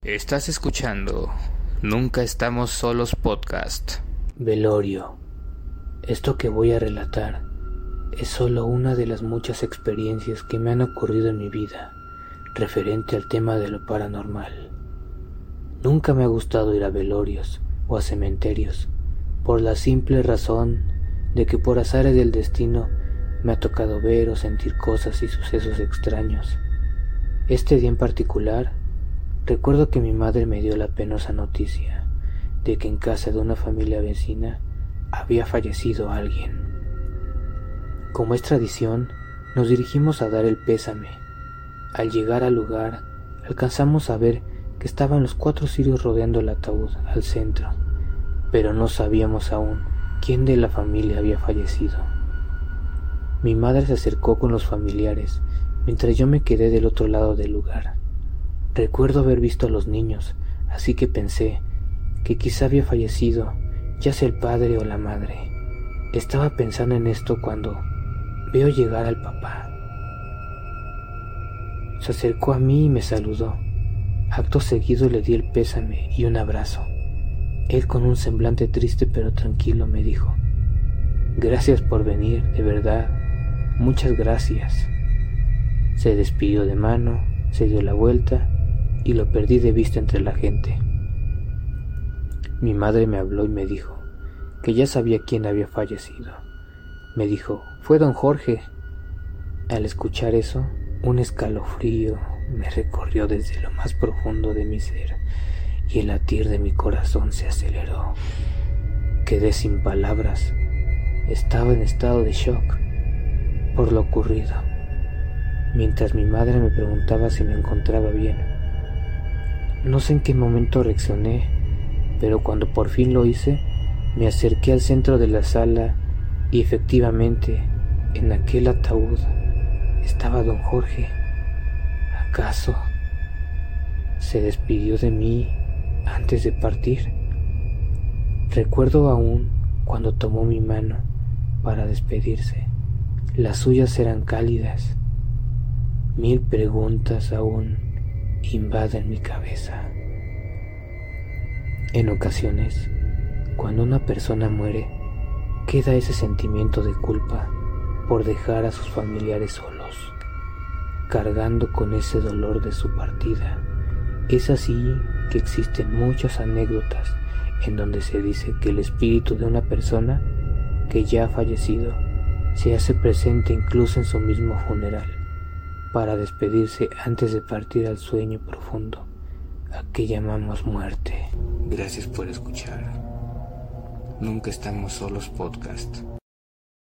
Estás escuchando Nunca Estamos Solos Podcast. Velorio. Esto que voy a relatar es solo una de las muchas experiencias que me han ocurrido en mi vida referente al tema de lo paranormal. Nunca me ha gustado ir a velorios o a cementerios por la simple razón de que por azares del destino me ha tocado ver o sentir cosas y sucesos extraños. Este día en particular, recuerdo que mi madre me dio la penosa noticia de que en casa de una familia vecina había fallecido alguien. Como es tradición, nos dirigimos a dar el pésame. Al llegar al lugar, alcanzamos a ver que estaban los 4 cirios rodeando el ataúd al centro, pero no sabíamos aún quién de la familia había fallecido. Mi madre se acercó con los familiares, mientras yo me quedé del otro lado del lugar. Recuerdo haber visto a los niños, así que pensé que quizá había fallecido, ya sea el padre o la madre. Estaba pensando en esto cuando veo llegar al papá. Se acercó a mí y me saludó. Acto seguido le di el pésame y un abrazo. Él, con un semblante triste pero tranquilo, me dijo: "Gracias por venir, de verdad, muchas gracias". Se despidió de mano, se dio la vuelta y lo perdí de vista entre la gente. Mi madre me habló y me dijo que ya sabía quién había fallecido. Me dijo: "Fue don Jorge". Al escuchar eso, un escalofrío me recorrió desde lo más profundo de mi ser y el latir de mi corazón se aceleró. Quedé sin palabras. Estaba en estado de shock por lo ocurrido, mientras mi madre me preguntaba si me encontraba bien. No sé en qué momento reaccioné, pero cuando por fin lo hice, me acerqué al centro de la sala y efectivamente, en aquel ataúd estaba don Jorge. ¿Acaso se despidió de mí antes de partir? Recuerdo aún cuando tomó mi mano para despedirse. Las suyas eran cálidas. 1000 preguntas aún invaden mi cabeza. En ocasiones, cuando una persona muere, queda ese sentimiento de culpa por dejar a sus familiares solos, cargando con ese dolor de su partida. Es así que existen muchas anécdotas en donde se dice que el espíritu de una persona que ya ha fallecido se hace presente incluso en su mismo funeral, para despedirse antes de partir al sueño profundo, a que llamamos muerte. Gracias por escuchar Nunca Estamos Solos Podcast.